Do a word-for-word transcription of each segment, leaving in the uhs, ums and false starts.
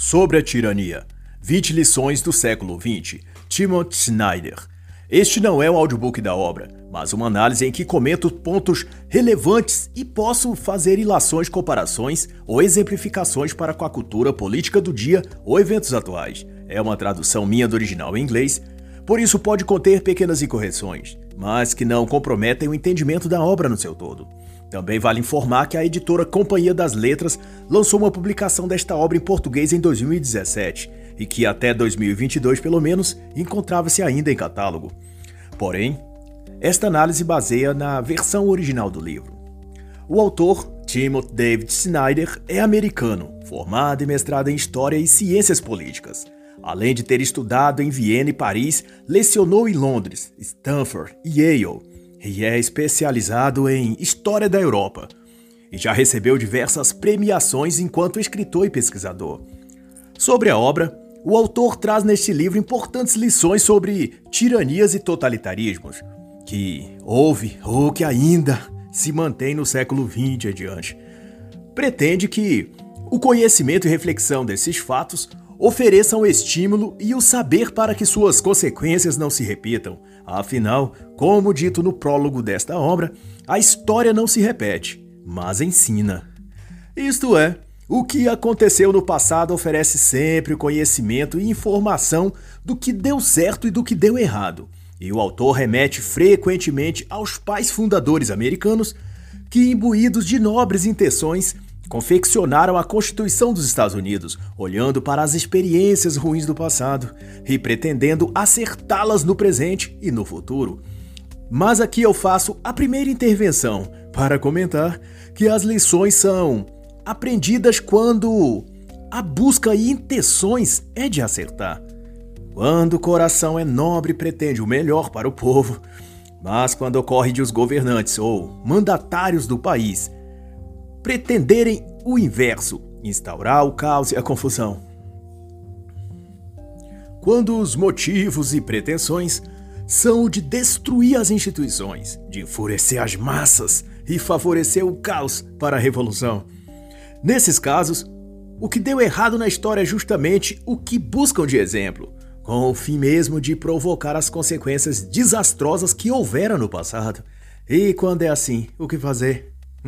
Sobre a tirania. vinte lições do século vinte. Timothy Snyder. Este não é o audiobook da obra, mas uma análise em que comento pontos relevantes e posso fazer ilações, comparações ou exemplificações para com a cultura política do dia ou eventos atuais. É uma tradução minha do original em inglês, por isso pode conter pequenas incorreções, mas que não comprometem o entendimento da obra no seu todo. Também vale informar que a editora Companhia das Letras lançou uma publicação desta obra em português em dois mil e dezessete e que até dois mil e vinte e dois, pelo menos, encontrava-se ainda em catálogo. Porém, esta análise baseia na versão original do livro. O autor, Timothy David Snyder, é americano, formado e mestrado em História e Ciências Políticas. Além de ter estudado em Viena e Paris, lecionou em Londres, Stanford e Yale, e é especializado em História da Europa, e já recebeu diversas premiações enquanto escritor e pesquisador. Sobre a obra, o autor traz neste livro importantes lições sobre tiranias e totalitarismos, que houve ou que ainda se mantém no século vinte adiante. Pretende que o conhecimento e reflexão desses fatos ofereçam o estímulo e o saber para que suas consequências não se repitam. Afinal, como dito no prólogo desta obra, a história não se repete, mas ensina. Isto é, o que aconteceu no passado oferece sempre o conhecimento e informação do que deu certo e do que deu errado. E o autor remete frequentemente aos pais fundadores americanos que, imbuídos de nobres intenções, confeccionaram a Constituição dos Estados Unidos, olhando para as experiências ruins do passado e pretendendo acertá-las no presente e no futuro. Mas aqui eu faço a primeira intervenção para comentar que as lições são aprendidas quando a busca e intenções é de acertar. Quando o coração é nobre e pretende o melhor para o povo, mas quando ocorre de os governantes ou mandatários do país pretenderem o inverso, instaurar o caos e a confusão. Quando os motivos e pretensões são o de destruir as instituições, de enfurecer as massas e favorecer o caos para a revolução. Nesses casos, o que deu errado na história é justamente o que buscam de exemplo, com o fim mesmo de provocar as consequências desastrosas que houveram no passado. E quando é assim, o que fazer?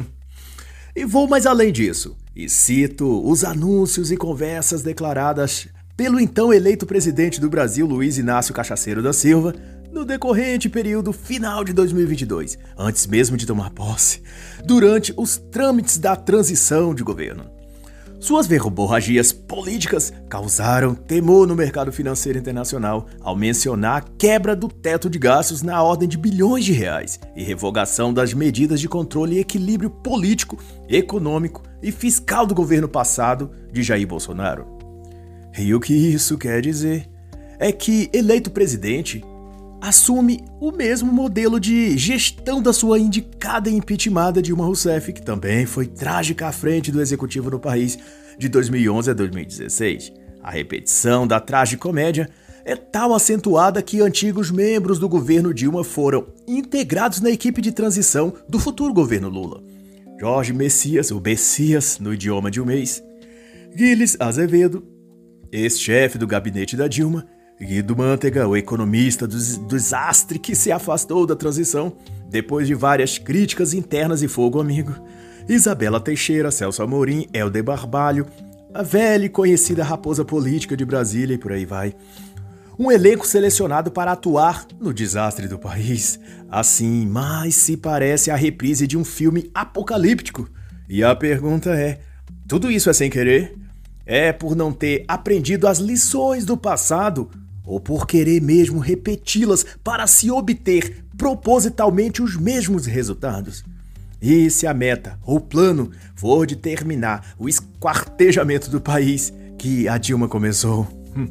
E vou mais além disso, e cito os anúncios e conversas declaradas pelo então eleito presidente do Brasil, Luiz Inácio Cachaceiro da Silva, no decorrente período final de dois mil e vinte e dois, antes mesmo de tomar posse, durante os trâmites da transição de governo. Suas verborragias políticas causaram temor no mercado financeiro internacional ao mencionar a quebra do teto de gastos na ordem de bilhões de reais e revogação das medidas de controle e equilíbrio político, econômico e fiscal do governo passado de Jair Bolsonaro. E o que isso quer dizer é que, eleito presidente, assume o mesmo modelo de gestão da sua indicada e impeachmentada Dilma Rousseff, que também foi trágica à frente do executivo no país de dois mil e onze a dois mil e dezesseis. A repetição da tragicomédia é tal acentuada que antigos membros do governo Dilma foram integrados na equipe de transição do futuro governo Lula. Jorge Messias, o Messias no idioma dilmês, Guilherme Azevedo, ex-chefe do gabinete da Dilma, Guido Mantega, o economista do desastre que se afastou da transição depois de várias críticas internas e fogo amigo, Isabela Teixeira, Celso Amorim, Helder Barbalho, a velha e conhecida raposa política de Brasília e por aí vai. Um elenco selecionado para atuar no desastre do país. Assim, mais se parece a reprise de um filme apocalíptico. E a pergunta é, tudo isso é sem querer? É por não ter aprendido as lições do passado ou por querer mesmo repeti-las para se obter propositalmente os mesmos resultados? E se a meta ou plano for de terminar o esquartejamento do país que a Dilma começou? Hum.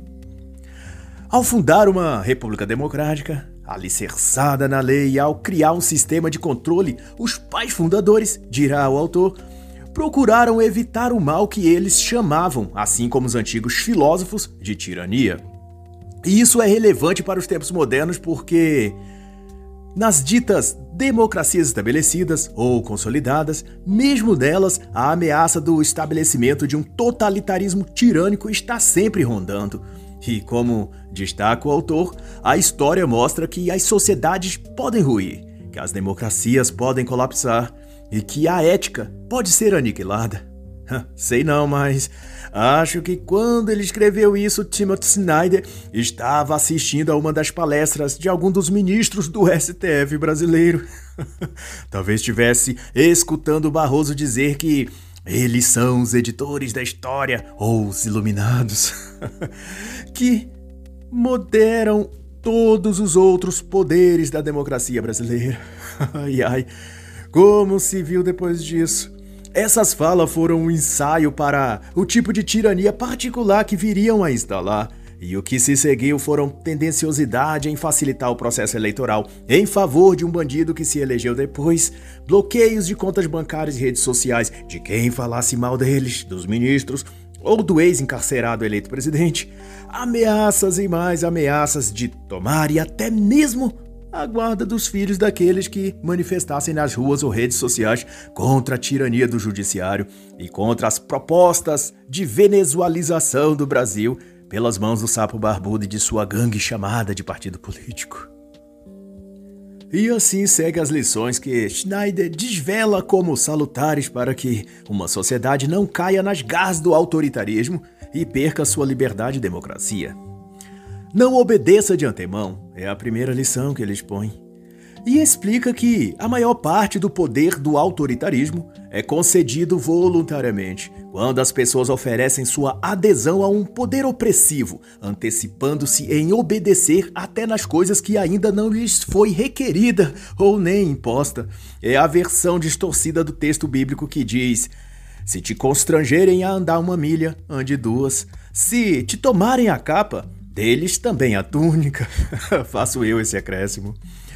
Ao fundar uma república democrática, alicerçada na lei e ao criar um sistema de controle, os pais fundadores, dirá o autor, procuraram evitar o mal que eles chamavam, assim como os antigos filósofos, de tirania. E isso é relevante para os tempos modernos porque Nas ditas democracias estabelecidas ou consolidadas, mesmo nelas, a ameaça do estabelecimento de um totalitarismo tirânico está sempre rondando. E, como destaca o autor, a história mostra que as sociedades podem ruir, que as democracias podem colapsar e que a ética pode ser aniquilada. Sei não, mas acho que quando ele escreveu isso, Timothy Snyder estava assistindo a uma das palestras de algum dos ministros do S T F brasileiro. Talvez estivesse escutando Barroso dizer que eles são os editores da história, ou os iluminados, que moderam todos os outros poderes da democracia brasileira. Ai, ai, como se viu depois disso? Essas falas foram um ensaio para o tipo de tirania particular que viriam a instalar, e o que se seguiu foram tendenciosidade em facilitar o processo eleitoral em favor de um bandido que se elegeu depois, bloqueios de contas bancárias e redes sociais de quem falasse mal deles, dos ministros ou do ex-encarcerado eleito presidente, ameaças e mais ameaças de tomar e até mesmo a guarda dos filhos daqueles que manifestassem nas ruas ou redes sociais contra a tirania do judiciário e contra as propostas de venezualização do Brasil pelas mãos do sapo barbudo e de sua gangue chamada de partido político. E assim segue as lições que Snyder desvela como salutares para que uma sociedade não caia nas garras do autoritarismo e perca sua liberdade e democracia. Não obedeça de antemão, é a primeira lição que ele expõe. E explica que a maior parte do poder do autoritarismo é concedido voluntariamente, quando as pessoas oferecem sua adesão a um poder opressivo, antecipando-se em obedecer até nas coisas que ainda não lhes foi requerida ou nem imposta. É a versão distorcida do texto bíblico que diz: se te constrangerem a andar uma milha, ande duas. Se te tomarem a capa, deles também a túnica. Faço eu esse acréscimo.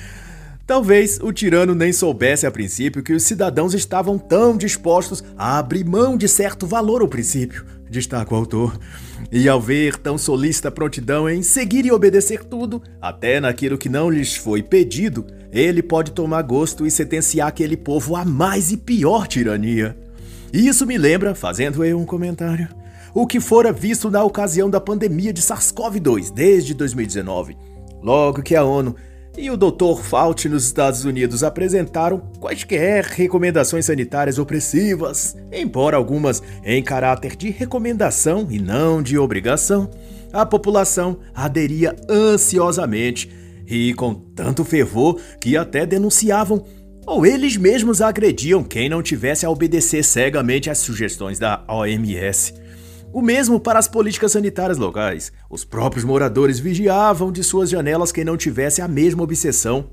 Talvez o tirano nem soubesse a princípio que os cidadãos estavam tão dispostos a abrir mão de certo valor ao princípio, destaca o autor. E ao ver tão solícita prontidão em seguir e obedecer tudo, até naquilo que não lhes foi pedido, ele pode tomar gosto e sentenciar aquele povo a mais e pior tirania. E isso me lembra, fazendo eu um comentário, o que fora visto na ocasião da pandemia de SARS-CoV dois desde dois mil e dezenove. Logo que a ONU e o doutor Fauci nos Estados Unidos apresentaram quaisquer recomendações sanitárias opressivas, embora algumas em caráter de recomendação e não de obrigação, a população aderia ansiosamente e com tanto fervor que até denunciavam ou eles mesmos agrediam quem não tivesse a obedecer cegamente às sugestões da O M S. O mesmo para as políticas sanitárias locais. Os próprios moradores vigiavam de suas janelas quem não tivesse a mesma obsessão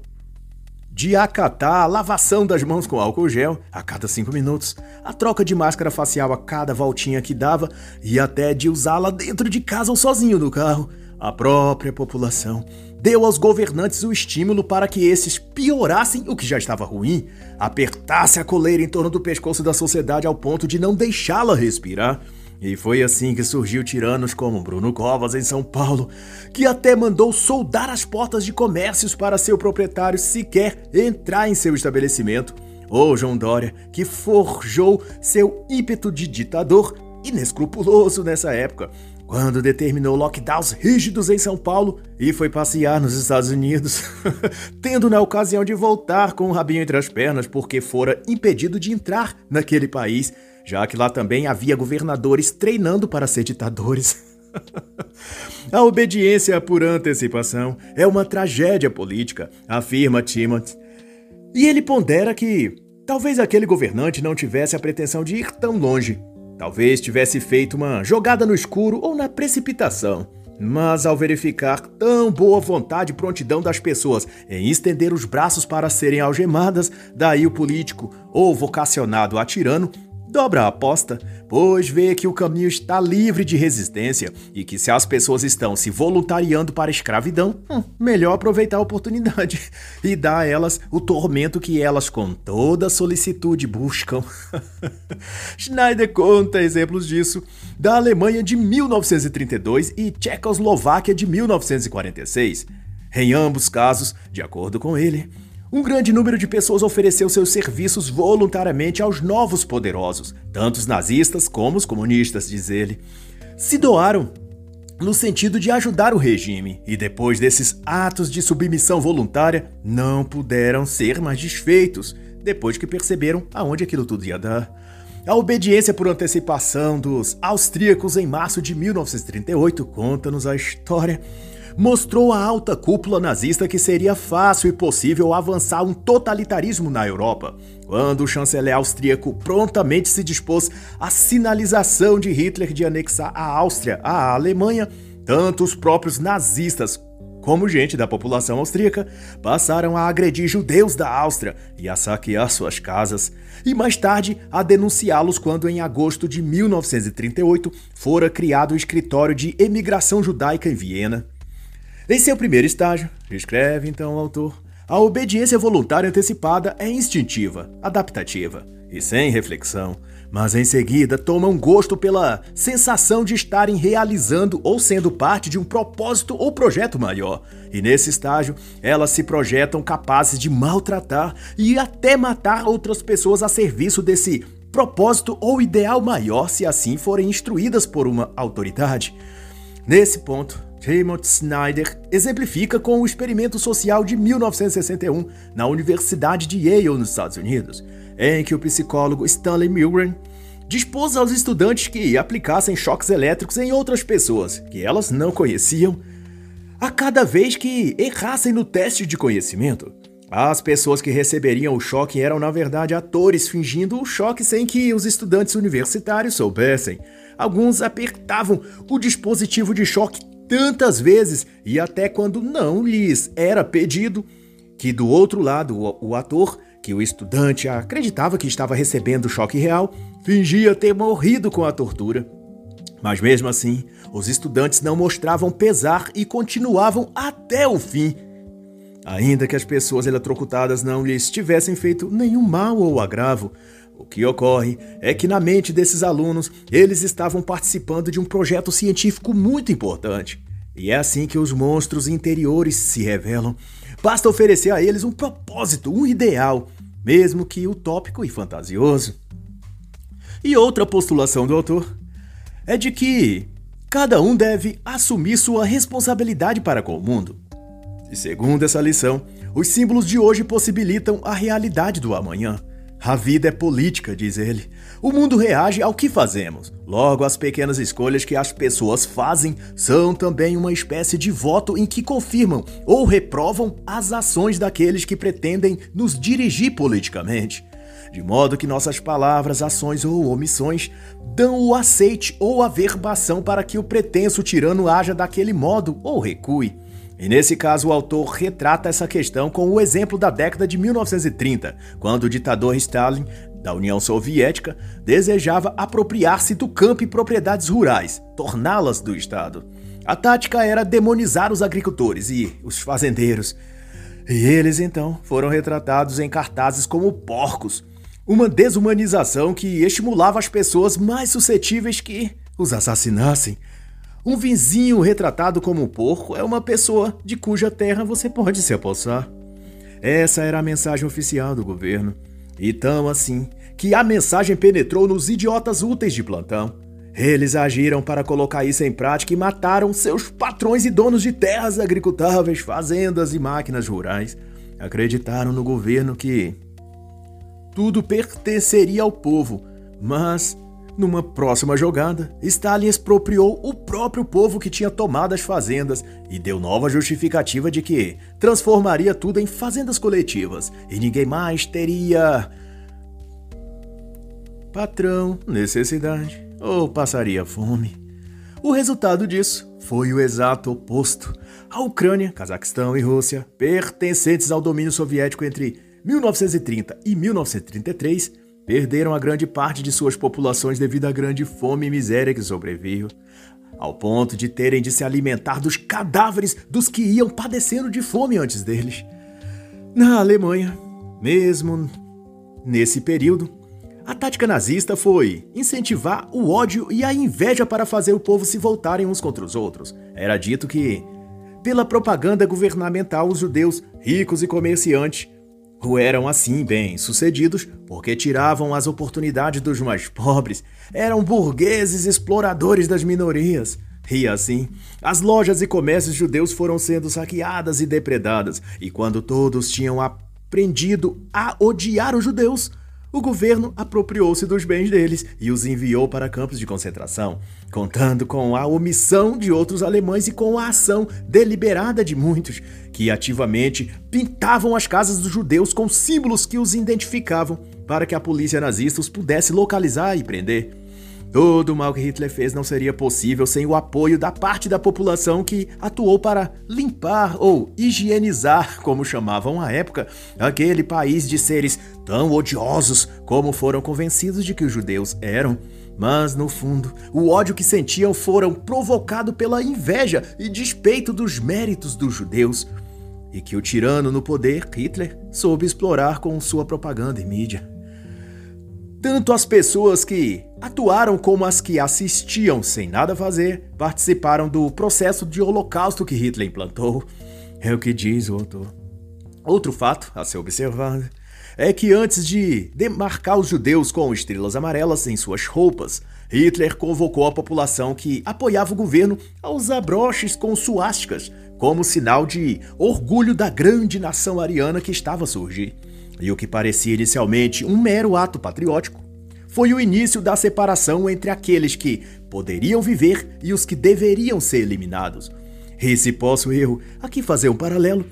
de acatar a lavação das mãos com álcool gel a cada cinco minutos, a troca de máscara facial a cada voltinha que dava e até de usá-la dentro de casa ou sozinho no carro. A própria população deu aos governantes o estímulo para que esses piorassem o que já estava ruim, apertasse a coleira em torno do pescoço da sociedade ao ponto de não deixá-la respirar. E foi assim que surgiu tiranos como Bruno Covas em São Paulo, que até mandou soldar as portas de comércios para seu proprietário sequer entrar em seu estabelecimento. Ou João Dória, que forjou seu ímpeto de ditador inescrupuloso nessa época, quando determinou lockdowns rígidos em São Paulo e foi passear nos Estados Unidos, tendo na ocasião de voltar com o rabinho entre as pernas porque fora impedido de entrar naquele país, já que lá também havia governadores treinando para ser ditadores. A obediência por antecipação é uma tragédia política, afirma Timothy. E ele pondera que talvez aquele governante não tivesse a pretensão de ir tão longe. Talvez tivesse feito uma jogada no escuro ou na precipitação. Mas ao verificar tão boa vontade e prontidão das pessoas em estender os braços para serem algemadas, daí o político ou vocacionado a tirano dobra a aposta, pois vê que o caminho está livre de resistência e que se as pessoas estão se voluntariando para a escravidão, hum, melhor aproveitar a oportunidade e dar a elas o tormento que elas com toda solicitude buscam. Snyder conta exemplos disso da Alemanha de mil novecentos e trinta e dois e Tchecoslováquia de mil novecentos e quarenta e seis. Em ambos casos, de acordo com ele, Um grande número de pessoas ofereceu seus serviços voluntariamente aos novos poderosos, tanto os nazistas como os comunistas, diz ele. Se doaram no sentido de ajudar o regime, e depois desses atos de submissão voluntária, não puderam ser mais desfeitos, depois que perceberam aonde aquilo tudo ia dar. A obediência por antecipação dos austríacos em março de mil novecentos e trinta e oito, conta-nos a história, mostrou à alta cúpula nazista que seria fácil e possível avançar um totalitarismo na Europa, quando o chanceler austríaco prontamente se dispôs à sinalização de Hitler de anexar a Áustria à Alemanha. Tanto os próprios nazistas como gente da população austríaca passaram a agredir judeus da Áustria e a saquear suas casas, e mais tarde a denunciá-los quando em agosto de mil novecentos e trinta e oito fora criado o escritório de emigração judaica em Viena. Em seu primeiro estágio, escreve então o autor, a obediência voluntária antecipada é instintiva, adaptativa e sem reflexão, mas em seguida tomam gosto pela sensação de estarem realizando ou sendo parte de um propósito ou projeto maior. E nesse estágio, elas se projetam capazes de maltratar e até matar outras pessoas a serviço desse propósito ou ideal maior, se assim forem instruídas por uma autoridade. Nesse ponto, Timothy Snyder exemplifica com o experimento social de mil novecentos e sessenta e um na Universidade de Yale, nos Estados Unidos, em que o psicólogo Stanley Milgram dispôs aos estudantes que aplicassem choques elétricos em outras pessoas, que elas não conheciam, a cada vez que errassem no teste de conhecimento. As pessoas que receberiam o choque eram, na verdade, atores fingindo o choque sem que os estudantes universitários soubessem. Alguns apertavam o dispositivo de choque tantas vezes e até quando não lhes era pedido, que do outro lado o, o ator, que o estudante acreditava que estava recebendo o choque real, fingia ter morrido com a tortura. Mas mesmo assim, os estudantes não mostravam pesar e continuavam até o fim, ainda que as pessoas eletrocutadas não lhes tivessem feito nenhum mal ou agravo. O que ocorre é que na mente desses alunos, eles estavam participando de um projeto científico muito importante. E é assim que os monstros interiores se revelam. Basta oferecer a eles um propósito, um ideal, mesmo que utópico e fantasioso. E outra postulação do autor é de que cada um deve assumir sua responsabilidade para com o mundo. E segundo essa lição, os símbolos de hoje possibilitam a realidade do amanhã. A vida é política, diz ele. O mundo reage ao que fazemos. Logo, as pequenas escolhas que as pessoas fazem são também uma espécie de voto em que confirmam ou reprovam as ações daqueles que pretendem nos dirigir politicamente. De modo que nossas palavras, ações ou omissões dão o aceite ou a verbação para que o pretenso tirano haja daquele modo ou recue. E nesse caso, o autor retrata essa questão com o exemplo da década de mil novecentos e trinta, quando o ditador Stalin, da União Soviética, desejava apropriar-se do campo e propriedades rurais, torná-las do Estado. A tática era demonizar os agricultores e os fazendeiros. E eles, então, foram retratados em cartazes como porcos, uma desumanização que estimulava as pessoas mais suscetíveis que os assassinassem. Um vizinho retratado como um porco é uma pessoa de cuja terra você pode se apossar. Essa era a mensagem oficial do governo. E tão assim que a mensagem penetrou nos idiotas úteis de plantão. Eles agiram para colocar isso em prática e mataram seus patrões e donos de terras agricultáveis, fazendas e máquinas rurais. Acreditaram no governo que tudo pertenceria ao povo, mas numa próxima jogada, Stalin expropriou o próprio povo que tinha tomado as fazendas e deu nova justificativa de que transformaria tudo em fazendas coletivas e ninguém mais teria patrão, necessidade ou passaria fome. O resultado disso foi o exato oposto. A Ucrânia, Cazaquistão e Rússia, pertencentes ao domínio soviético entre mil novecentos e trinta e mil novecentos e trinta e três, perderam a grande parte de suas populações devido à grande fome e miséria que sobreveio, ao ponto de terem de se alimentar dos cadáveres dos que iam padecendo de fome antes deles. Na Alemanha, mesmo nesse período, a tática nazista foi incentivar o ódio e a inveja para fazer o povo se voltarem uns contra os outros. Era dito que, pela propaganda governamental, os judeus, ricos e comerciantes, ou eram assim bem-sucedidos porque tiravam as oportunidades dos mais pobres, eram burgueses exploradores das minorias. E assim, as lojas e comércios judeus foram sendo saqueadas e depredadas, e quando todos tinham aprendido a odiar os judeus, o governo apropriou-se dos bens deles e os enviou para campos de concentração, contando com a omissão de outros alemães e com a ação deliberada de muitos, que ativamente pintavam as casas dos judeus com símbolos que os identificavam para que a polícia nazista os pudesse localizar e prender. Todo o mal que Hitler fez não seria possível sem o apoio da parte da população que atuou para limpar ou higienizar, como chamavam à época, aquele país de seres tão odiosos como foram convencidos de que os judeus eram. Mas, no fundo, o ódio que sentiam foram provocado pela inveja e despeito dos méritos dos judeus, e que o tirano no poder, Hitler, soube explorar com sua propaganda e mídia. Tanto as pessoas que atuaram como as que assistiam sem nada fazer participaram do processo de holocausto que Hitler implantou. É o que diz o autor. Outro fato a ser observado é que antes de demarcar os judeus com estrelas amarelas em suas roupas, Hitler convocou a população que apoiava o governo a usar broches com suásticas como sinal de orgulho da grande nação ariana que estava a surgir. E o que parecia inicialmente um mero ato patriótico foi o início da separação entre aqueles que poderiam viver e os que deveriam ser eliminados. E se posso eu aqui fazer um paralelo,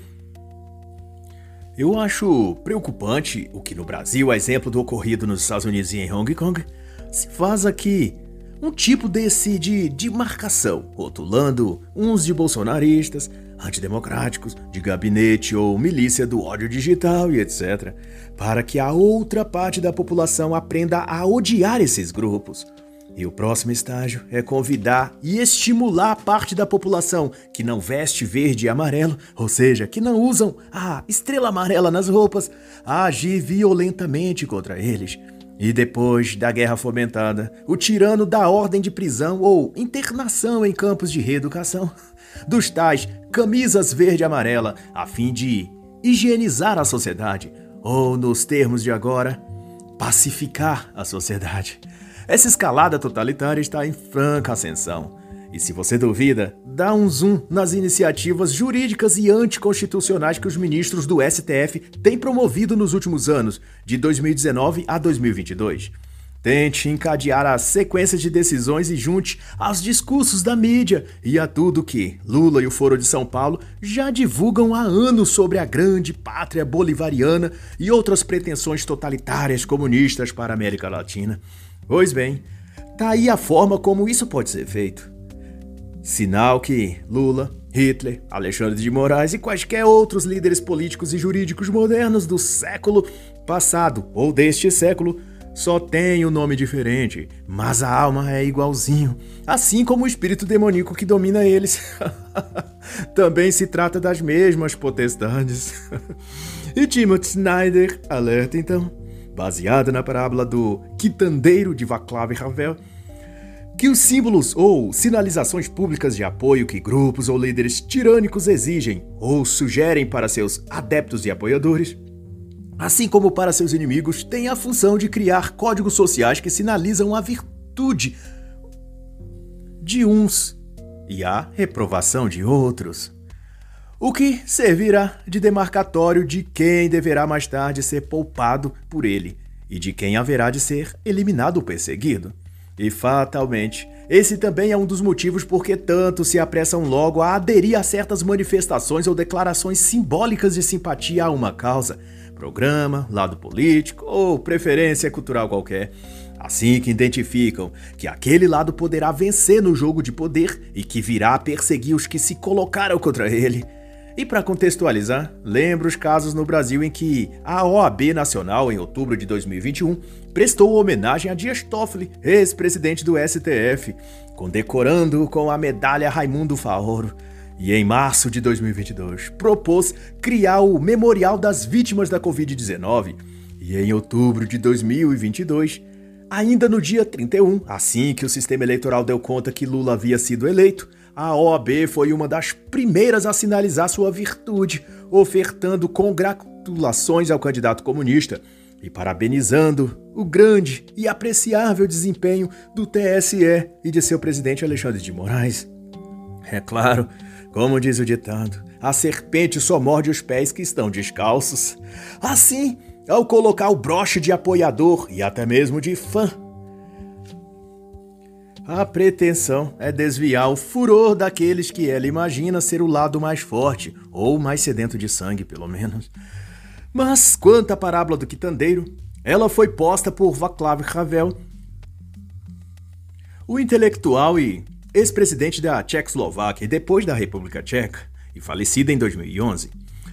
eu acho preocupante o que no Brasil, a exemplo do ocorrido nos Estados Unidos e em Hong Kong, se faz aqui um tipo desse de demarcação, rotulando uns de bolsonaristas, antidemocráticos, de gabinete ou milícia do ódio digital e etcétera, para que a outra parte da população aprenda a odiar esses grupos. E o próximo estágio é convidar e estimular a parte da população que não veste verde e amarelo, ou seja, que não usam a estrela amarela nas roupas, a agir violentamente contra eles. E depois da guerra fomentada, o tirano dá ordem de prisão ou internação em campos de reeducação dos tais camisas verde e amarela, a fim de higienizar a sociedade, ou nos termos de agora, pacificar a sociedade. Essa escalada totalitária está em franca ascensão. E se você duvida, dá um zoom nas iniciativas jurídicas e anticonstitucionais que os ministros do S T F têm promovido nos últimos anos, de dois mil e dezenove a dois mil e vinte e dois. Tente encadear as sequências de decisões e junte aos discursos da mídia e a tudo que Lula e o Foro de São Paulo já divulgam há anos sobre a grande pátria bolivariana e outras pretensões totalitárias comunistas para a América Latina. Pois bem, tá aí a forma como isso pode ser feito. Sinal que Lula, Hitler, Alexandre de Moraes e quaisquer outros líderes políticos e jurídicos modernos do século passado ou deste século só tem um nome diferente, mas a alma é igualzinho, assim como o espírito demoníaco que domina eles. Também se trata das mesmas potestades. E Timothy Snyder alerta então, baseada na parábola do quitandeiro de Václav Havel, que os símbolos ou sinalizações públicas de apoio que grupos ou líderes tirânicos exigem ou sugerem para seus adeptos e apoiadores, assim como para seus inimigos, têm a função de criar códigos sociais que sinalizam a virtude de uns e a reprovação de outros, o que servirá de demarcatório de quem deverá mais tarde ser poupado por ele e de quem haverá de ser eliminado ou perseguido. E fatalmente, esse também é um dos motivos por que tanto se apressam logo a aderir a certas manifestações ou declarações simbólicas de simpatia a uma causa, programa, lado político ou preferência cultural qualquer. Assim que identificam que aquele lado poderá vencer no jogo de poder e que virá perseguir os que se colocaram contra ele. E para contextualizar, lembro os casos no Brasil em que a O A B Nacional, em outubro de dois mil e vinte e um, prestou homenagem a Dias Toffoli, ex-presidente do S T F, condecorando-o com a medalha Raimundo Faoro. E em março de dois mil e vinte e dois, propôs criar o Memorial das Vítimas da covid dezenove. E em outubro de dois mil e vinte e dois, ainda no dia trinta e um, assim que o sistema eleitoral deu conta que Lula havia sido eleito, a O A B foi uma das primeiras a sinalizar sua virtude, ofertando congratulações ao candidato comunista e parabenizando o grande e apreciável desempenho do T S E e de seu presidente Alexandre de Moraes. É claro, como diz o ditado, a serpente só morde os pés que estão descalços. Assim, ao colocar o broche de apoiador e até mesmo de fã, a pretensão é desviar o furor daqueles que ela imagina ser o lado mais forte, ou mais sedento de sangue, pelo menos. Mas, quanto à parábola do quitandeiro, ela foi posta por Václav Havel, o intelectual e ex-presidente da Tchecoslováquia e depois da República Tcheca, e falecida em dois mil e onze.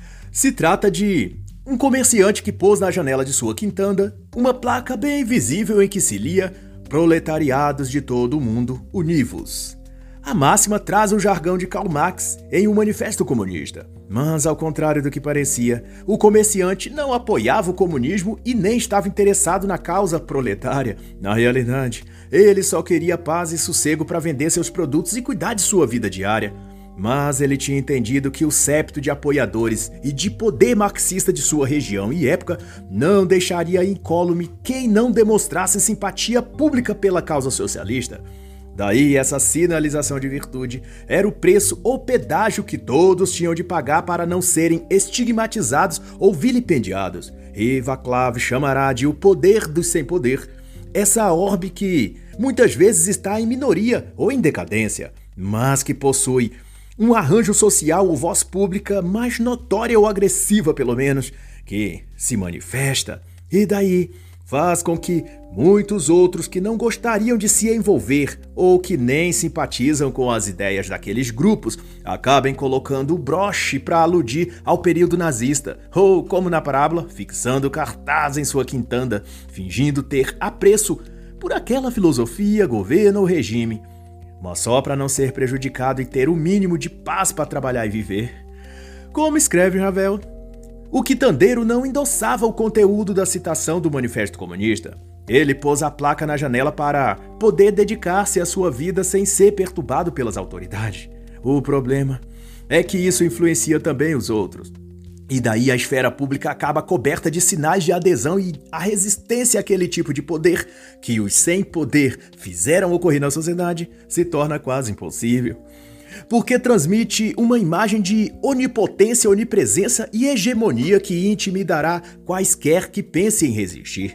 Se trata de um comerciante que pôs na janela de sua quintanda uma placa bem visível em que se lia "Proletariados de todo o mundo, univos". A máxima traz o jargão de Karl Marx em um manifesto comunista. Mas, ao contrário do que parecia, o comerciante não apoiava o comunismo e nem estava interessado na causa proletária. Na realidade, ele só queria paz e sossego para vender seus produtos e cuidar de sua vida diária. Mas ele tinha entendido que o septo de apoiadores e de poder marxista de sua região e época não deixaria incólume quem não demonstrasse simpatia pública pela causa socialista. Daí, essa sinalização de virtude era o preço ou pedágio que todos tinham de pagar para não serem estigmatizados ou vilipendiados. E Václav chamará de o poder dos sem poder, essa orbe que muitas vezes está em minoria ou em decadência, mas que possui um arranjo social ou voz pública mais notória ou agressiva, pelo menos, que se manifesta e daí faz com que muitos outros que não gostariam de se envolver ou que nem simpatizam com as ideias daqueles grupos acabem colocando o broche para aludir ao período nazista, ou, como na parábola, fixando cartaz em sua quintanda, fingindo ter apreço por aquela filosofia, governo ou regime, mas só para não ser prejudicado e ter o mínimo de paz para trabalhar e viver. Como escreve Havel, o quitandeiro não endossava o conteúdo da citação do Manifesto Comunista. Ele pôs a placa na janela para poder dedicar-se à sua vida sem ser perturbado pelas autoridades. O problema é que isso influencia também os outros. E daí a esfera pública acaba coberta de sinais de adesão e a resistência àquele tipo de poder que os sem poder fizeram ocorrer na sociedade se torna quase impossível. Porque transmite uma imagem de onipotência, onipresença e hegemonia que intimidará quaisquer que pensem em resistir.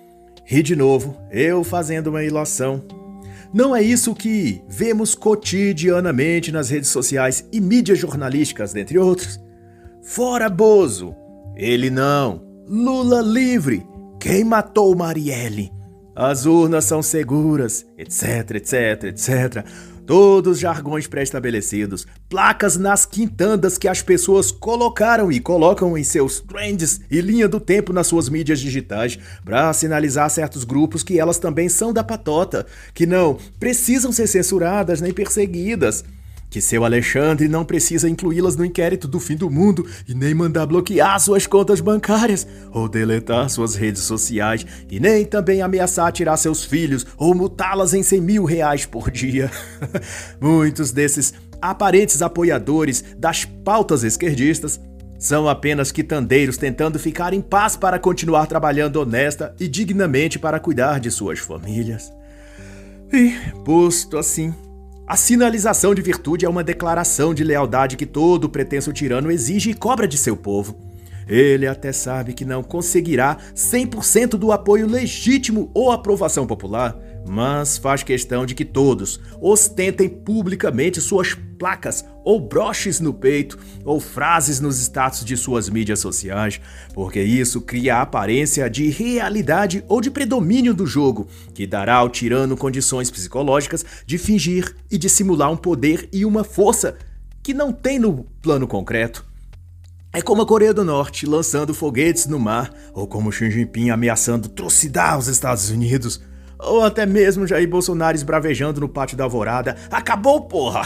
E de novo, eu fazendo uma ilação. Não é isso que vemos cotidianamente nas redes sociais e mídias jornalísticas, dentre outros? Fora Bozo, ele não, Lula livre, quem matou Marielle? As urnas são seguras, etc, etc, etcétera. Todos jargões pré-estabelecidos, placas nas quintandas que as pessoas colocaram e colocam em seus trends e linha do tempo nas suas mídias digitais para sinalizar certos grupos que elas também são da patota, que não precisam ser censuradas nem perseguidas, que seu Alexandre não precisa incluí-las no inquérito do fim do mundo e nem mandar bloquear suas contas bancárias ou deletar suas redes sociais e nem também ameaçar tirar seus filhos ou multá-las em cem mil reais por dia. Muitos desses aparentes apoiadores das pautas esquerdistas são apenas quitandeiros tentando ficar em paz para continuar trabalhando honesta e dignamente para cuidar de suas famílias. E, posto assim, a sinalização de virtude é uma declaração de lealdade que todo pretenso tirano exige e cobra de seu povo. Ele até sabe que não conseguirá cem por cento do apoio legítimo ou aprovação popular, mas faz questão de que todos ostentem publicamente suas placas ou broches no peito ou frases nos status de suas mídias sociais, porque isso cria a aparência de realidade ou de predomínio do jogo, que dará ao tirano condições psicológicas de fingir e de simular um poder e uma força que não tem no plano concreto. É como a Coreia do Norte lançando foguetes no mar, ou como Xi Jinping ameaçando trucidar os Estados Unidos, ou até mesmo Jair Bolsonaro esbravejando no pátio da Alvorada. Acabou, porra!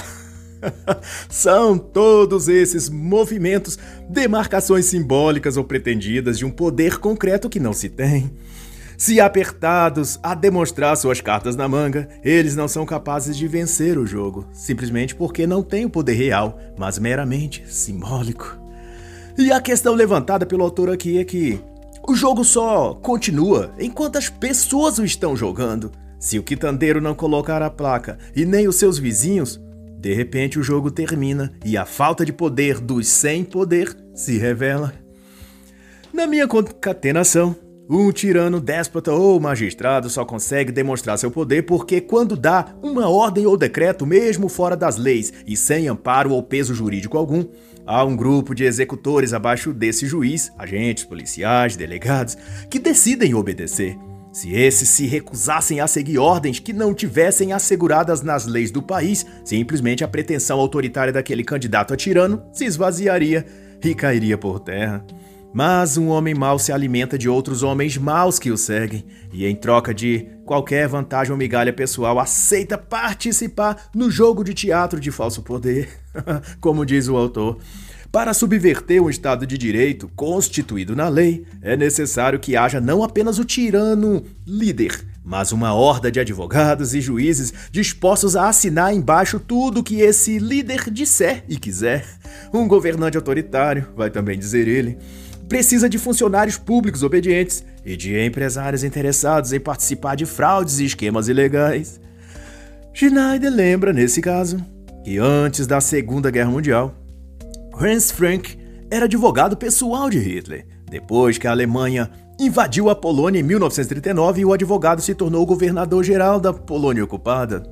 São todos esses movimentos demarcações simbólicas ou pretendidas de um poder concreto que não se tem. Se apertados a demonstrar suas cartas na manga, eles não são capazes de vencer o jogo, simplesmente porque não têm o poder real, mas meramente simbólico. E a questão levantada pelo autor aqui é que o jogo só continua enquanto as pessoas o estão jogando. Se o quitandeiro não colocar a placa e nem os seus vizinhos, de repente o jogo termina e a falta de poder dos sem poder se revela. Na minha concatenação, um tirano, déspota ou magistrado só consegue demonstrar seu poder porque quando dá uma ordem ou decreto, mesmo fora das leis e sem amparo ou peso jurídico algum, há um grupo de executores abaixo desse juiz, agentes, policiais, delegados, que decidem obedecer. Se esses se recusassem a seguir ordens que não tivessem asseguradas nas leis do país, simplesmente a pretensão autoritária daquele candidato a tirano se esvaziaria e cairia por terra. Mas um homem mau se alimenta de outros homens maus que o seguem e, em troca de qualquer vantagem ou migalha pessoal, aceita participar no jogo de teatro de falso poder, como diz o autor. Para subverter um Estado de Direito constituído na lei, é necessário que haja não apenas o tirano líder, mas uma horda de advogados e juízes dispostos a assinar embaixo tudo que esse líder disser e quiser. Um governante autoritário, vai também dizer ele, precisa de funcionários públicos obedientes e de empresários interessados em participar de fraudes e esquemas ilegais. Schneider lembra, nesse caso, que antes da Segunda Guerra Mundial, Hans Frank era advogado pessoal de Hitler. Depois que a Alemanha invadiu a Polônia em mil novecentos e trinta e nove, o advogado se tornou governador-geral da Polônia ocupada.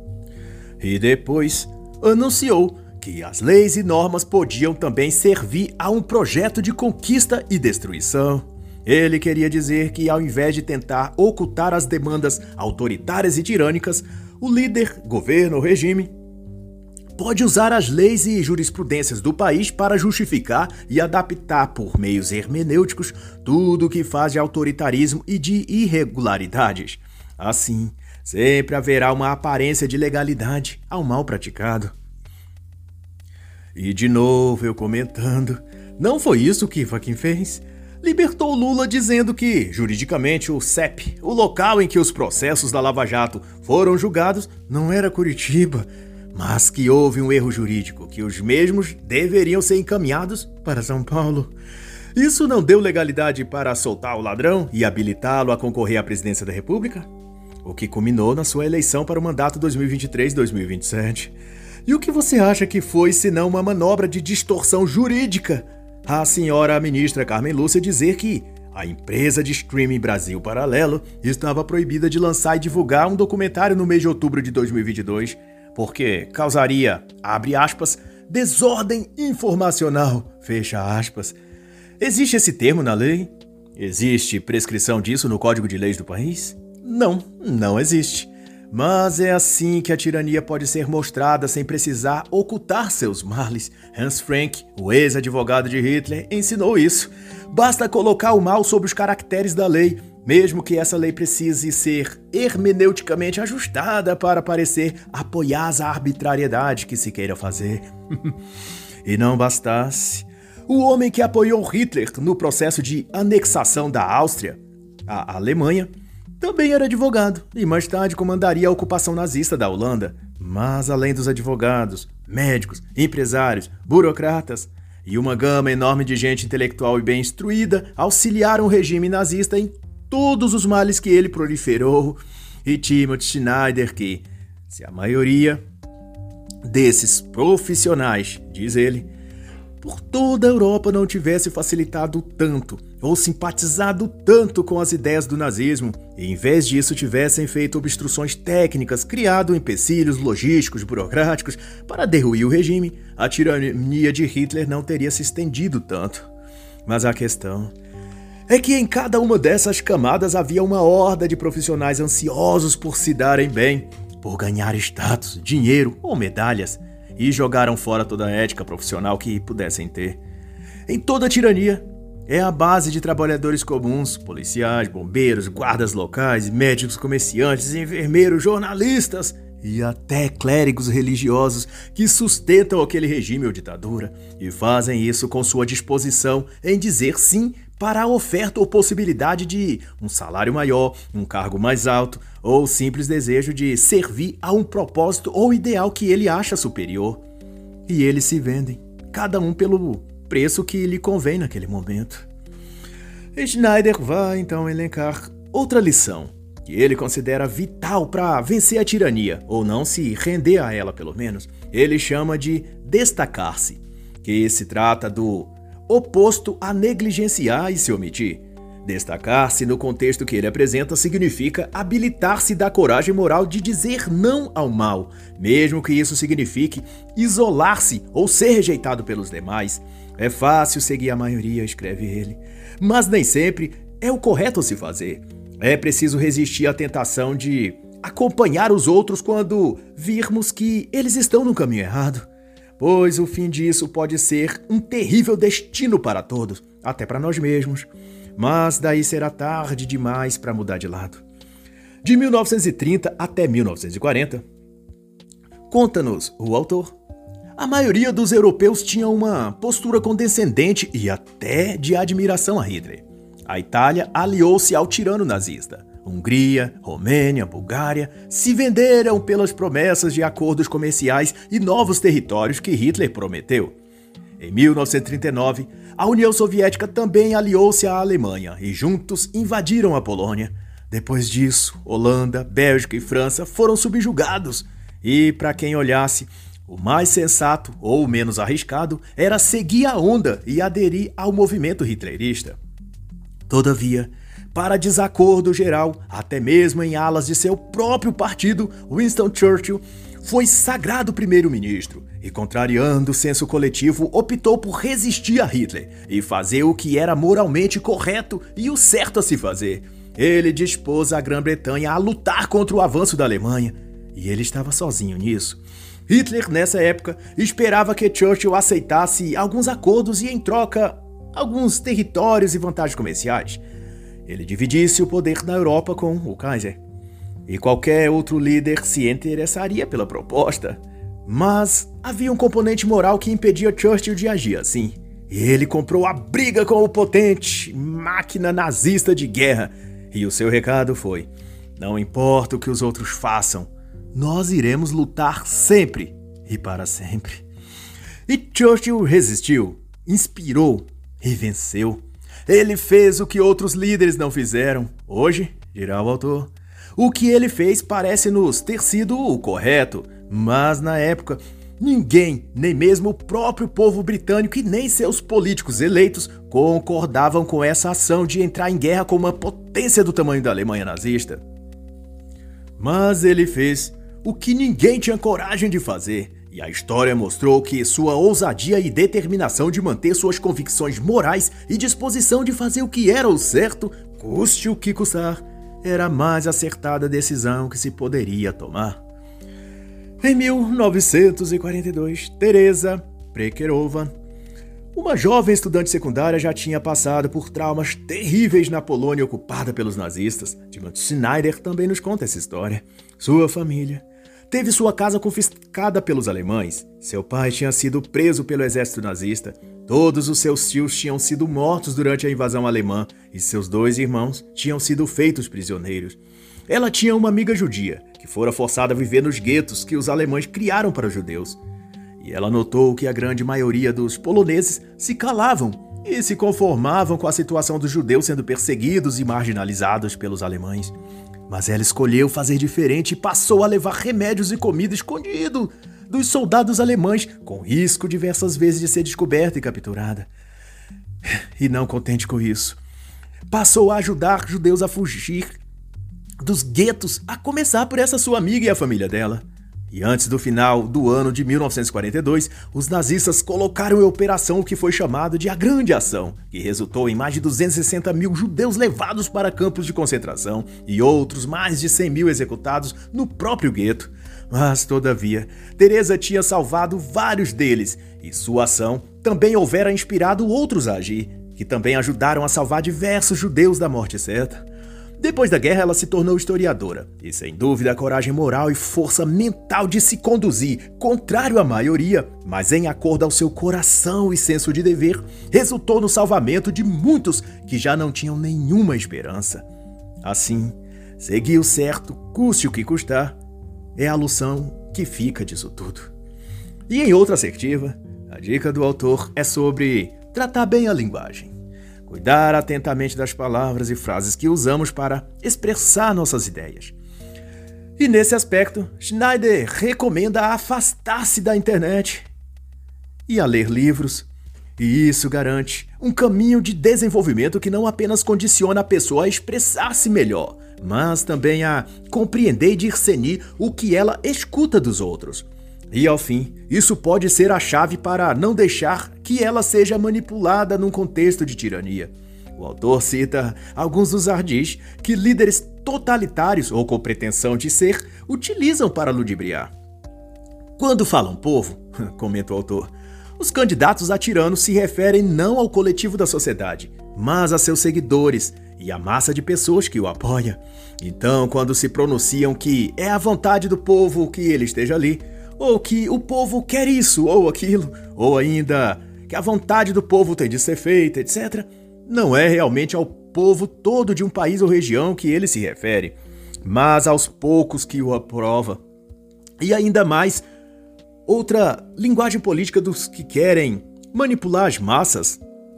E depois anunciou que as leis e normas podiam também servir a um projeto de conquista e destruição. Ele queria dizer que, ao invés de tentar ocultar as demandas autoritárias e tirânicas, o líder, governo ou regime pode usar as leis e jurisprudências do país para justificar e adaptar por meios hermenêuticos tudo o que faz de autoritarismo e de irregularidades. Assim, sempre haverá uma aparência de legalidade ao mal praticado. E de novo eu comentando, não foi isso que Fachin fez? Libertou Lula dizendo que, juridicamente, o C E P, o local em que os processos da Lava Jato foram julgados, não era Curitiba, mas que houve um erro jurídico, que os mesmos deveriam ser encaminhados para São Paulo. Isso não deu legalidade para soltar o ladrão e habilitá-lo a concorrer à presidência da República? O que culminou na sua eleição para o mandato dois mil e vinte e três a dois mil e vinte e sete. E o que você acha que foi senão uma manobra de distorção jurídica? A senhora ministra Carmen Lúcia dizer que a empresa de streaming Brasil Paralelo estava proibida de lançar e divulgar um documentário no mês de outubro de dois mil e vinte e dois, porque causaria, abre aspas, desordem informacional, fecha aspas. Existe esse termo na lei? Existe prescrição disso no Código de Leis do país? Não, não existe. Mas é assim que a tirania pode ser mostrada sem precisar ocultar seus males. Hans Frank, o ex-advogado de Hitler, ensinou isso. Basta colocar o mal sob os caracteres da lei, mesmo que essa lei precise ser hermeneuticamente ajustada para parecer apoiar a arbitrariedade que se queira fazer. E não bastasse, o homem que apoiou Hitler no processo de anexação da Áustria à Alemanha também era advogado e mais tarde comandaria a ocupação nazista da Holanda. Mas além dos advogados, médicos, empresários, burocratas e uma gama enorme de gente intelectual e bem instruída auxiliaram o regime nazista em todos os males que ele proliferou. E Timothy Schneider que, se a maioria desses profissionais, diz ele, por toda a Europa não tivesse facilitado tanto ou simpatizado tanto com as ideias do nazismo, e em vez disso tivessem feito obstruções técnicas, criado empecilhos logísticos, burocráticos para derruir o regime, a tirania de Hitler não teria se estendido tanto. Mas a questão é que em cada uma dessas camadas havia uma horda de profissionais ansiosos por se darem bem, por ganhar status, dinheiro ou medalhas, e jogaram fora toda a ética profissional que pudessem ter. Em toda a tirania, é a base de trabalhadores comuns, policiais, bombeiros, guardas locais, médicos, comerciantes, enfermeiros, jornalistas e até clérigos religiosos que sustentam aquele regime ou ditadura e fazem isso com sua disposição em dizer sim para a oferta ou possibilidade de um salário maior, um cargo mais alto ou o simples desejo de servir a um propósito ou ideal que ele acha superior. E eles se vendem, cada um pelo preço que lhe convém naquele momento. Schneider vai então elencar outra lição que ele considera vital para vencer a tirania, ou não se render a ela pelo menos. Ele chama de destacar-se, que se trata do oposto a negligenciar e se omitir. Destacar-se no contexto que ele apresenta significa habilitar-se da coragem moral de dizer não ao mal, mesmo que isso signifique isolar-se ou ser rejeitado pelos demais. É fácil seguir a maioria, escreve ele, mas nem sempre é o correto a se fazer. É preciso resistir à tentação de acompanhar os outros quando virmos que eles estão no caminho errado, pois o fim disso pode ser um terrível destino para todos, até para nós mesmos. Mas daí será tarde demais para mudar de lado. De mil novecentos e trinta até mil novecentos e quarenta, conta-nos o autor, a maioria dos europeus tinha uma postura condescendente e até de admiração a Hitler. A Itália aliou-se ao tirano nazista. Hungria, Romênia, Bulgária se venderam pelas promessas de acordos comerciais e novos territórios que Hitler prometeu. Em mil novecentos e trinta e nove, a União Soviética também aliou-se à Alemanha e juntos invadiram a Polônia. Depois disso, Holanda, Bélgica e França foram subjugados. E, para quem olhasse, o mais sensato ou menos arriscado era seguir a onda e aderir ao movimento hitlerista. Todavia, para desacordo geral, até mesmo em alas de seu próprio partido, Winston Churchill foi sagrado primeiro-ministro e, contrariando o senso coletivo, optou por resistir a Hitler e fazer o que era moralmente correto e o certo a se fazer. Ele dispôs a Grã-Bretanha a lutar contra o avanço da Alemanha, e ele estava sozinho nisso. Hitler, nessa época, esperava que Churchill aceitasse alguns acordos e, em troca, alguns territórios e vantagens comerciais. Ele dividisse o poder na Europa com o Kaiser. E qualquer outro líder se interessaria pela proposta. Mas havia um componente moral que impedia Churchill de agir assim. E ele comprou a briga com o potente máquina nazista de guerra. E o seu recado foi: não importa o que os outros façam, nós iremos lutar sempre e para sempre. E Churchill resistiu, inspirou e venceu. Ele fez o que outros líderes não fizeram. Hoje, dirá o autor, o que ele fez parece-nos ter sido o correto, mas na época, ninguém, nem mesmo o próprio povo britânico e nem seus políticos eleitos, concordavam com essa ação de entrar em guerra com uma potência do tamanho da Alemanha nazista. Mas ele fez o que ninguém tinha coragem de fazer, e a história mostrou que sua ousadia e determinação de manter suas convicções morais e disposição de fazer o que era o certo, custe o que custar, era a mais acertada decisão que se poderia tomar. Em mil novecentos e quarenta e dois, Teresa Prekherova, uma jovem estudante secundária, já tinha passado por traumas terríveis na Polônia ocupada pelos nazistas. Timothy Schneider também nos conta essa história. Sua família teve sua casa confiscada pelos alemães. Seu pai tinha sido preso pelo exército nazista. Todos os seus tios tinham sido mortos durante a invasão alemã e seus dois irmãos tinham sido feitos prisioneiros. Ela tinha uma amiga judia que fora forçada a viver nos guetos que os alemães criaram para os judeus. E ela notou que a grande maioria dos poloneses se calavam e se conformavam com a situação dos judeus sendo perseguidos e marginalizados pelos alemães. Mas ela escolheu fazer diferente e passou a levar remédios e comida escondido dos soldados alemães, com risco diversas vezes de ser descoberta e capturada. E não contente com isso, passou a ajudar judeus a fugir dos guetos, a começar por essa sua amiga e a família dela. E antes do final do ano de mil novecentos e quarenta e dois, os nazistas colocaram em operação o que foi chamado de a Grande Ação, que resultou em mais de duzentos e sessenta mil judeus levados para campos de concentração e outros mais de cem mil executados no próprio gueto. Mas, todavia, Teresa tinha salvado vários deles, e sua ação também houvera inspirado outros a agir, que também ajudaram a salvar diversos judeus da morte certa. Depois da guerra, ela se tornou historiadora, e sem dúvida a coragem moral e força mental de se conduzir, contrário à maioria, mas em acordo ao seu coração e senso de dever, resultou no salvamento de muitos que já não tinham nenhuma esperança. Assim, seguir o certo, custe o que custar, é a lição que fica disso tudo. E em outra assertiva, a dica do autor é sobre tratar bem a linguagem, cuidar atentamente das palavras e frases que usamos para expressar nossas ideias. E nesse aspecto, Schneider recomenda afastar-se da internet e a ler livros. E isso garante um caminho de desenvolvimento que não apenas condiciona a pessoa a expressar-se melhor, mas também a compreender e discernir o que ela escuta dos outros. E ao fim, isso pode ser a chave para não deixar que ela seja manipulada num contexto de tirania. O autor cita alguns dos ardis que líderes totalitários ou com pretensão de ser utilizam para ludibriar. Quando falam povo, comenta o autor, os candidatos a tirano se referem não ao coletivo da sociedade, mas a seus seguidores e à massa de pessoas que o apoia. Então, quando se pronunciam que é a vontade do povo que ele esteja ali, ou que o povo quer isso ou aquilo, ou ainda que a vontade do povo tem de ser feita, etcétera, não é realmente ao povo todo de um país ou região que ele se refere, mas aos poucos que o aprova. E ainda mais, outra linguagem política dos que querem manipular as massas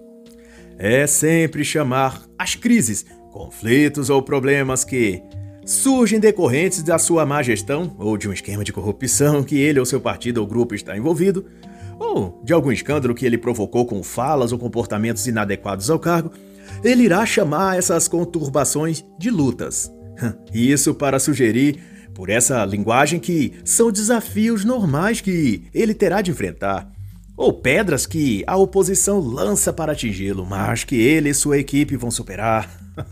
é sempre chamar as crises, conflitos ou problemas que surgem decorrentes da sua má gestão ou de um esquema de corrupção que ele ou seu partido ou grupo está envolvido, ou de algum escândalo que ele provocou com falas ou comportamentos inadequados ao cargo, ele irá chamar essas conturbações de lutas. Isso para sugerir, por essa linguagem, que são desafios normais que ele terá de enfrentar, ou pedras que a oposição lança para atingi-lo, mas que ele e sua equipe vão superar.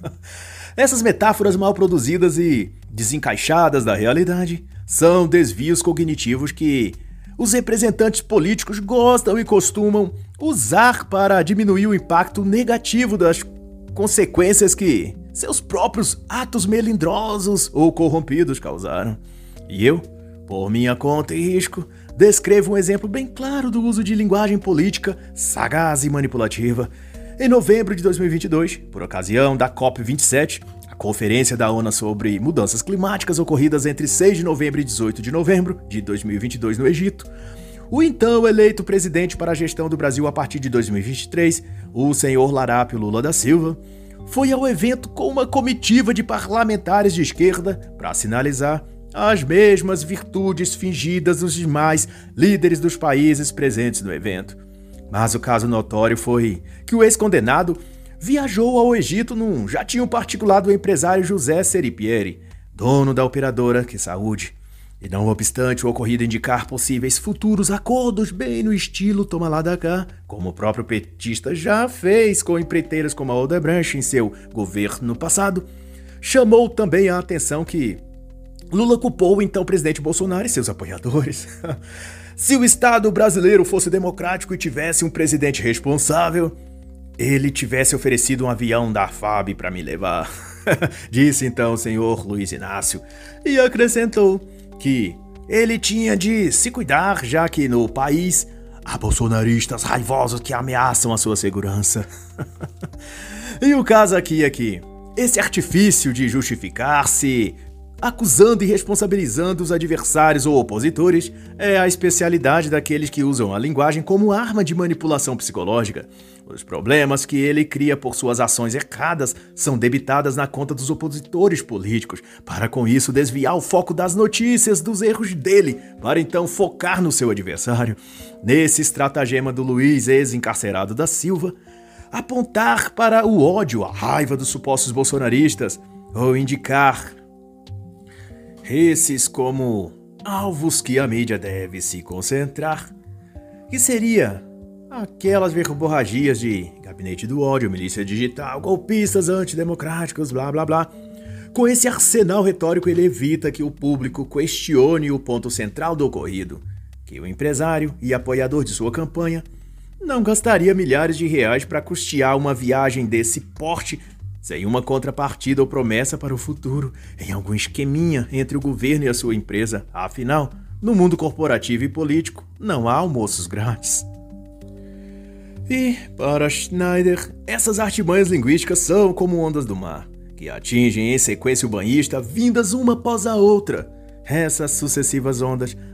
Essas metáforas mal produzidas e desencaixadas da realidade são desvios cognitivos que os representantes políticos gostam e costumam usar para diminuir o impacto negativo das consequências que seus próprios atos melindrosos ou corrompidos causaram. E eu, por minha conta e risco, descrevo um exemplo bem claro do uso de linguagem política sagaz e manipulativa. Em novembro de dois mil e vinte e dois, por ocasião da COP vinte e sete, a conferência da ONU sobre mudanças climáticas ocorridas entre seis de novembro e dezoito de novembro de dois mil e vinte e dois no Egito, o então eleito presidente para a gestão do Brasil a partir de dois mil e vinte e três, o senhor Larápio Lula da Silva, foi ao evento com uma comitiva de parlamentares de esquerda para sinalizar as mesmas virtudes fingidas dos demais líderes dos países presentes no evento. Mas o caso notório foi que o ex-condenado viajou ao Egito num jatinho particular do empresário José Seripieri, dono da operadora Que Saúde. E não obstante o ocorrido indicar possíveis futuros acordos bem no estilo toma lá da cá, como o próprio petista já fez com empreiteiras como a Odebrecht em seu governo no passado, chamou também a atenção que Lula culpou o então presidente Bolsonaro e seus apoiadores. Se o Estado brasileiro fosse democrático e tivesse um presidente responsável, ele tivesse oferecido um avião da F A B para me levar, disse então o senhor Luiz Inácio, e acrescentou que ele tinha de se cuidar, já que no país há bolsonaristas raivosos que ameaçam a sua segurança. E o caso aqui é que esse artifício de justificar-se acusando e responsabilizando os adversários ou opositores é a especialidade daqueles que usam a linguagem como arma de manipulação psicológica. Os problemas que ele cria por suas ações erradas são debitadas na conta dos opositores políticos, para com isso desviar o foco das notícias dos erros dele, para então focar no seu adversário. Nesse estratagema do Luiz, ex-encarcerado da Silva, apontar para o ódio, a raiva dos supostos bolsonaristas, ou indicar esses como alvos que a mídia deve se concentrar, que seria aquelas verborragias de gabinete do ódio, milícia digital, golpistas antidemocráticos, blá blá blá. Com esse arsenal retórico ele evita que o público questione o ponto central do ocorrido, que o empresário e apoiador de sua campanha não gastaria milhares de reais para custear uma viagem desse porte sem uma contrapartida ou promessa para o futuro, em algum esqueminha entre o governo e a sua empresa. Afinal, no mundo corporativo e político, não há almoços grátis. E, para Schneider, essas artimanhas linguísticas são como ondas do mar, que atingem em sequência o banhista, vindas uma após a outra. Essas sucessivas ondas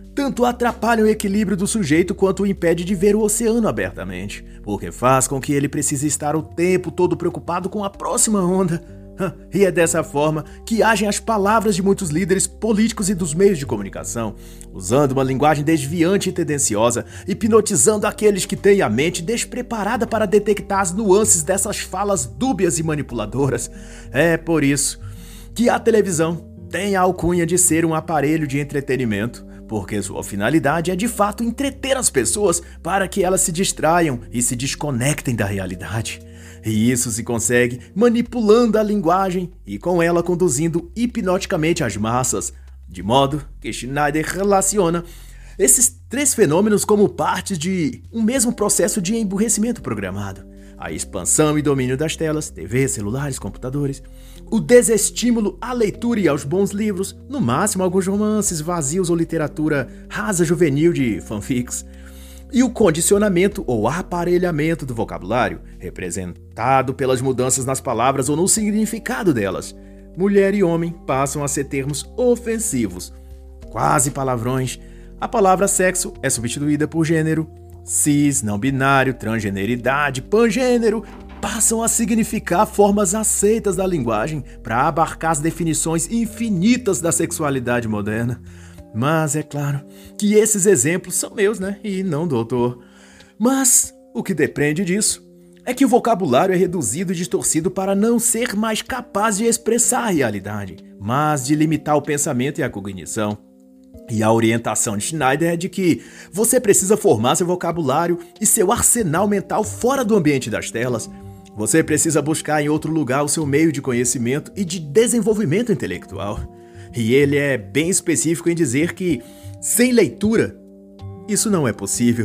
tanto atrapalham o equilíbrio do sujeito quanto o impede de ver o oceano abertamente, porque faz com que ele precise estar o tempo todo preocupado com a próxima onda. E é dessa forma que agem as palavras de muitos líderes políticos e dos meios de comunicação, usando uma linguagem desviante e tendenciosa, hipnotizando aqueles que têm a mente despreparada para detectar as nuances dessas falas dúbias e manipuladoras. É por isso que a televisão tem a alcunha de ser um aparelho de entretenimento, porque sua finalidade é de fato entreter as pessoas para que elas se distraiam e se desconectem da realidade. E isso se consegue manipulando a linguagem e com ela conduzindo hipnoticamente as massas, de modo que Schneider relaciona esses três fenômenos como partes de um mesmo processo de emburrecimento programado: a expansão e domínio das telas, T V, celulares, computadores, o desestímulo à leitura e aos bons livros, no máximo alguns romances vazios ou literatura rasa juvenil de fanfics, e o condicionamento ou aparelhamento do vocabulário, representado pelas mudanças nas palavras ou no significado delas. Mulher e homem passam a ser termos ofensivos, quase palavrões. A palavra sexo é substituída por gênero. Cis, não binário, transgeneridade, pangênero passam a significar formas aceitas da linguagem para abarcar as definições infinitas da sexualidade moderna. Mas é claro que esses exemplos são meus, né? E não do autor. Mas o que depende disso é que o vocabulário é reduzido e distorcido para não ser mais capaz de expressar a realidade, mas de limitar o pensamento e a cognição. E a orientação de Schneider é de que você precisa formar seu vocabulário e seu arsenal mental fora do ambiente das telas. Você precisa buscar em outro lugar o seu meio de conhecimento e de desenvolvimento intelectual. E ele é bem específico em dizer que, sem leitura, isso não é possível.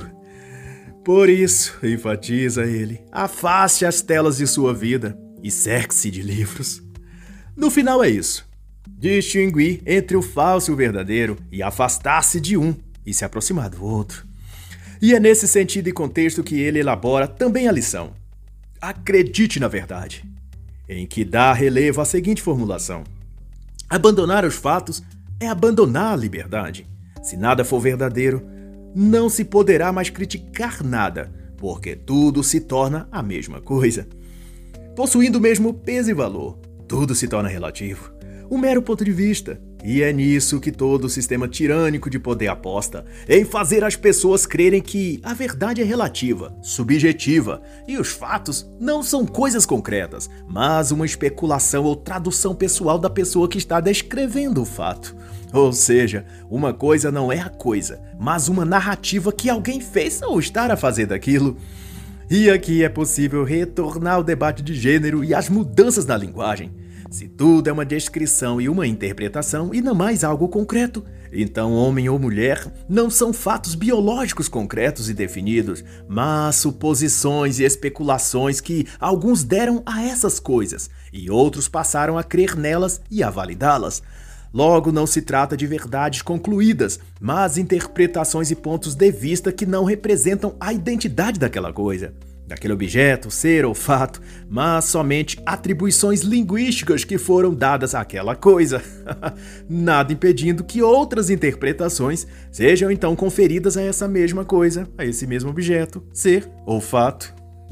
Por isso, enfatiza ele, afaste as telas de sua vida e cerque-se de livros. No final é isso. Distinguir entre o falso e o verdadeiro e afastar-se de um e se aproximar do outro. E é nesse sentido e contexto que ele elabora também a lição: acredite na verdade, em que dá relevo à seguinte formulação: abandonar os fatos é abandonar a liberdade. Se nada for verdadeiro, não se poderá mais criticar nada, porque tudo se torna a mesma coisa. Possuindo o mesmo peso e valor, tudo se torna relativo, um mero ponto de vista. E é nisso que todo o sistema tirânico de poder aposta, em fazer as pessoas crerem que a verdade é relativa, subjetiva, e os fatos não são coisas concretas, mas uma especulação ou tradução pessoal da pessoa que está descrevendo o fato. Ou seja, uma coisa não é a coisa, mas uma narrativa que alguém fez ou está a fazer daquilo. E aqui é possível retornar ao debate de gênero e às mudanças na linguagem. Se tudo é uma descrição e uma interpretação e não mais algo concreto, então homem ou mulher não são fatos biológicos concretos e definidos, mas suposições e especulações que alguns deram a essas coisas e outros passaram a crer nelas e a validá-las. Logo, não se trata de verdades concluídas, mas interpretações e pontos de vista que não representam a identidade daquela coisa, daquele objeto, ser ou fato, mas somente atribuições linguísticas que foram dadas àquela coisa, nada impedindo que outras interpretações sejam então conferidas a essa mesma coisa, a esse mesmo objeto, ser ou fato.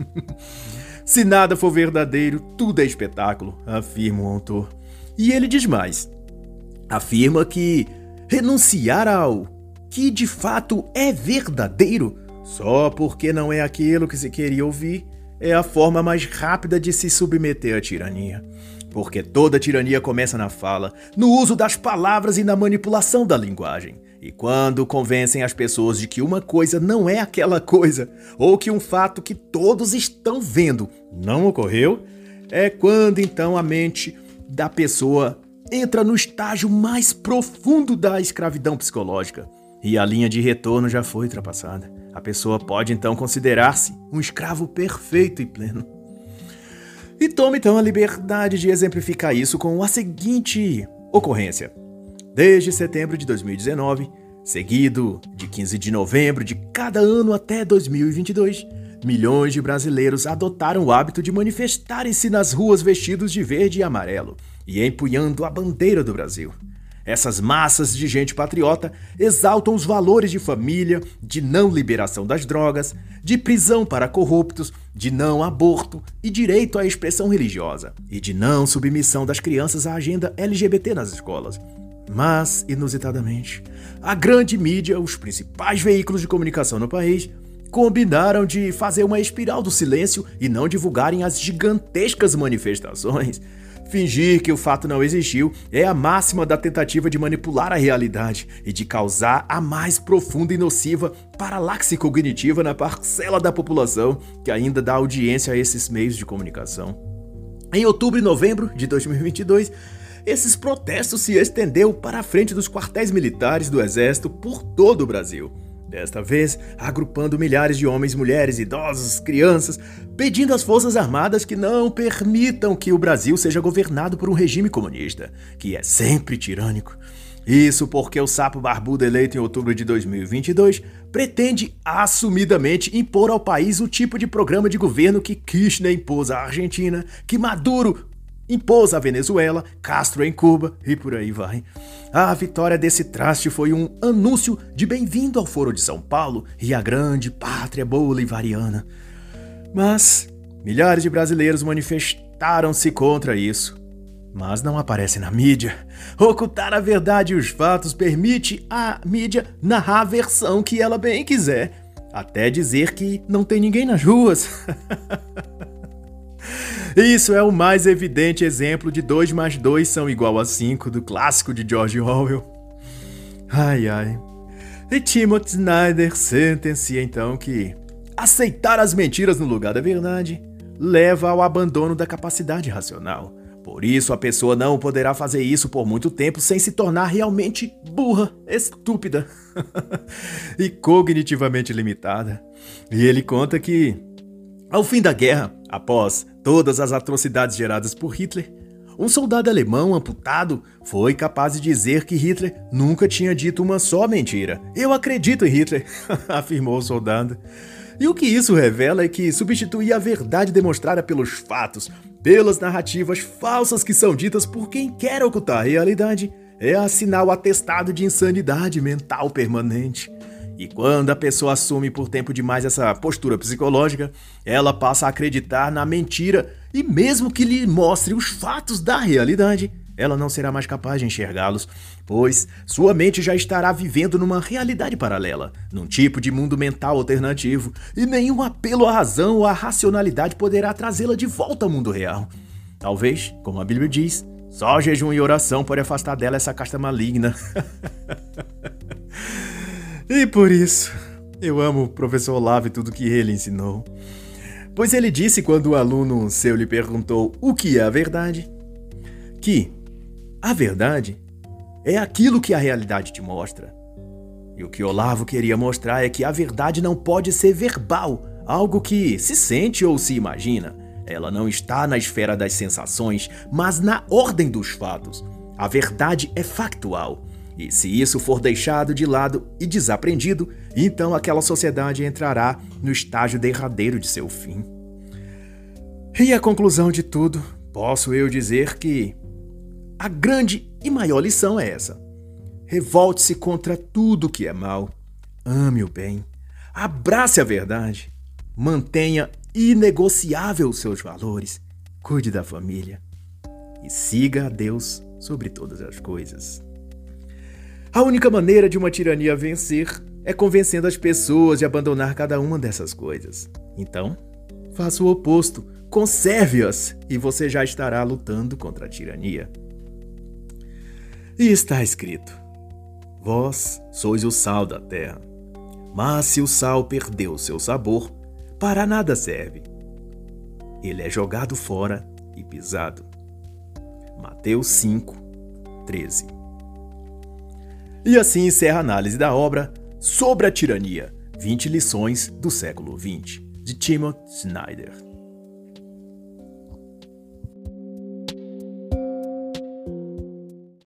Se nada for verdadeiro, tudo é espetáculo, afirma o autor. E ele diz mais. Afirma que renunciar ao que de fato é verdadeiro só porque não é aquilo que se queria ouvir é a forma mais rápida de se submeter à tirania. Porque toda tirania começa na fala, no uso das palavras e na manipulação da linguagem. E quando convencem as pessoas de que uma coisa não é aquela coisa, ou que um fato que todos estão vendo não ocorreu, é quando então a mente da pessoa entra no estágio mais profundo da escravidão psicológica. E a linha de retorno já foi ultrapassada. A pessoa pode então considerar-se um escravo perfeito e pleno. E tome então a liberdade de exemplificar isso com a seguinte ocorrência. Desde setembro de dois mil e dezenove, seguido de quinze de novembro de cada ano até dois mil e vinte e dois, milhões de brasileiros adotaram o hábito de manifestarem-se nas ruas vestidos de verde e amarelo e empunhando a bandeira do Brasil. Essas massas de gente patriota exaltam os valores de família, de não liberação das drogas, de prisão para corruptos, de não aborto e direito à expressão religiosa, e de não submissão das crianças à agenda L G B T nas escolas. Mas, inusitadamente, a grande mídia, os principais veículos de comunicação no país, combinaram de fazer uma espiral do silêncio e não divulgarem as gigantescas manifestações. Fingir que o fato não existiu é a máxima da tentativa de manipular a realidade e de causar a mais profunda e nociva paralaxe cognitiva na parcela da população que ainda dá audiência a esses meios de comunicação. Em outubro e novembro de dois mil e vinte e dois, esses protestos se estendeu para a frente dos quartéis militares do Exército por todo o Brasil. Desta vez, agrupando milhares de homens, mulheres, idosos, crianças, pedindo às Forças Armadas que não permitam que o Brasil seja governado por um regime comunista, que é sempre tirânico. Isso porque o sapo barbudo eleito em outubro de dois mil e vinte e dois pretende assumidamente impor ao país o tipo de programa de governo que Kirchner impôs à Argentina, que Maduro impôs à Venezuela, Castro em Cuba e por aí vai. A vitória desse traste foi um anúncio de bem-vindo ao Foro de São Paulo e à grande pátria bolivariana. Mas milhares de brasileiros manifestaram-se contra isso. Mas não aparece na mídia. Ocultar a verdade e os fatos permite à mídia narrar a versão que ela bem quiser. Até dizer que não tem ninguém nas ruas. Isso é o mais evidente exemplo de dois mais dois são igual a cinco do clássico de George Orwell. Ai ai. E Timothy Snyder sentencia então que aceitar as mentiras no lugar da verdade leva ao abandono da capacidade racional. Por isso a pessoa não poderá fazer isso por muito tempo sem se tornar realmente burra, estúpida e cognitivamente limitada. E ele conta que ao fim da guerra, após todas as atrocidades geradas por Hitler, um soldado alemão amputado foi capaz de dizer que Hitler nunca tinha dito uma só mentira. Eu acredito em Hitler, afirmou o soldado. E o que isso revela é que substituir a verdade demonstrada pelos fatos, pelas narrativas falsas que são ditas por quem quer ocultar a realidade, é assinar o atestado de insanidade mental permanente. E quando a pessoa assume por tempo demais essa postura psicológica, ela passa a acreditar na mentira e mesmo que lhe mostre os fatos da realidade, ela não será mais capaz de enxergá-los, pois sua mente já estará vivendo numa realidade paralela, num tipo de mundo mental alternativo, e nenhum apelo à razão ou à racionalidade poderá trazê-la de volta ao mundo real. Talvez, como a Bíblia diz, só jejum e oração pode afastar dela essa casta maligna. E por isso, eu amo o professor Olavo e tudo que ele ensinou. Pois ele disse quando o aluno seu lhe perguntou o que é a verdade, que a verdade é aquilo que a realidade te mostra. E o que Olavo queria mostrar é que a verdade não pode ser verbal, algo que se sente ou se imagina. Ela não está na esfera das sensações, mas na ordem dos fatos. A verdade é factual. E se isso for deixado de lado e desaprendido, então aquela sociedade entrará no estágio derradeiro de seu fim. E a conclusão de tudo, posso eu dizer que a grande e maior lição é essa. Revolte-se contra tudo que é mal, ame o bem, abrace a verdade, mantenha inegociável os seus valores, cuide da família e siga a Deus sobre todas as coisas. A única maneira de uma tirania vencer é convencendo as pessoas de abandonar cada uma dessas coisas. Então, faça o oposto, conserve-as e você já estará lutando contra a tirania. E está escrito: vós sois o sal da terra, mas se o sal perdeu seu sabor, para nada serve. Ele é jogado fora e pisado. Mateus cinco, treze. E assim encerra a análise da obra Sobre a Tirania, vinte lições do século vinte, de Timothy Snyder.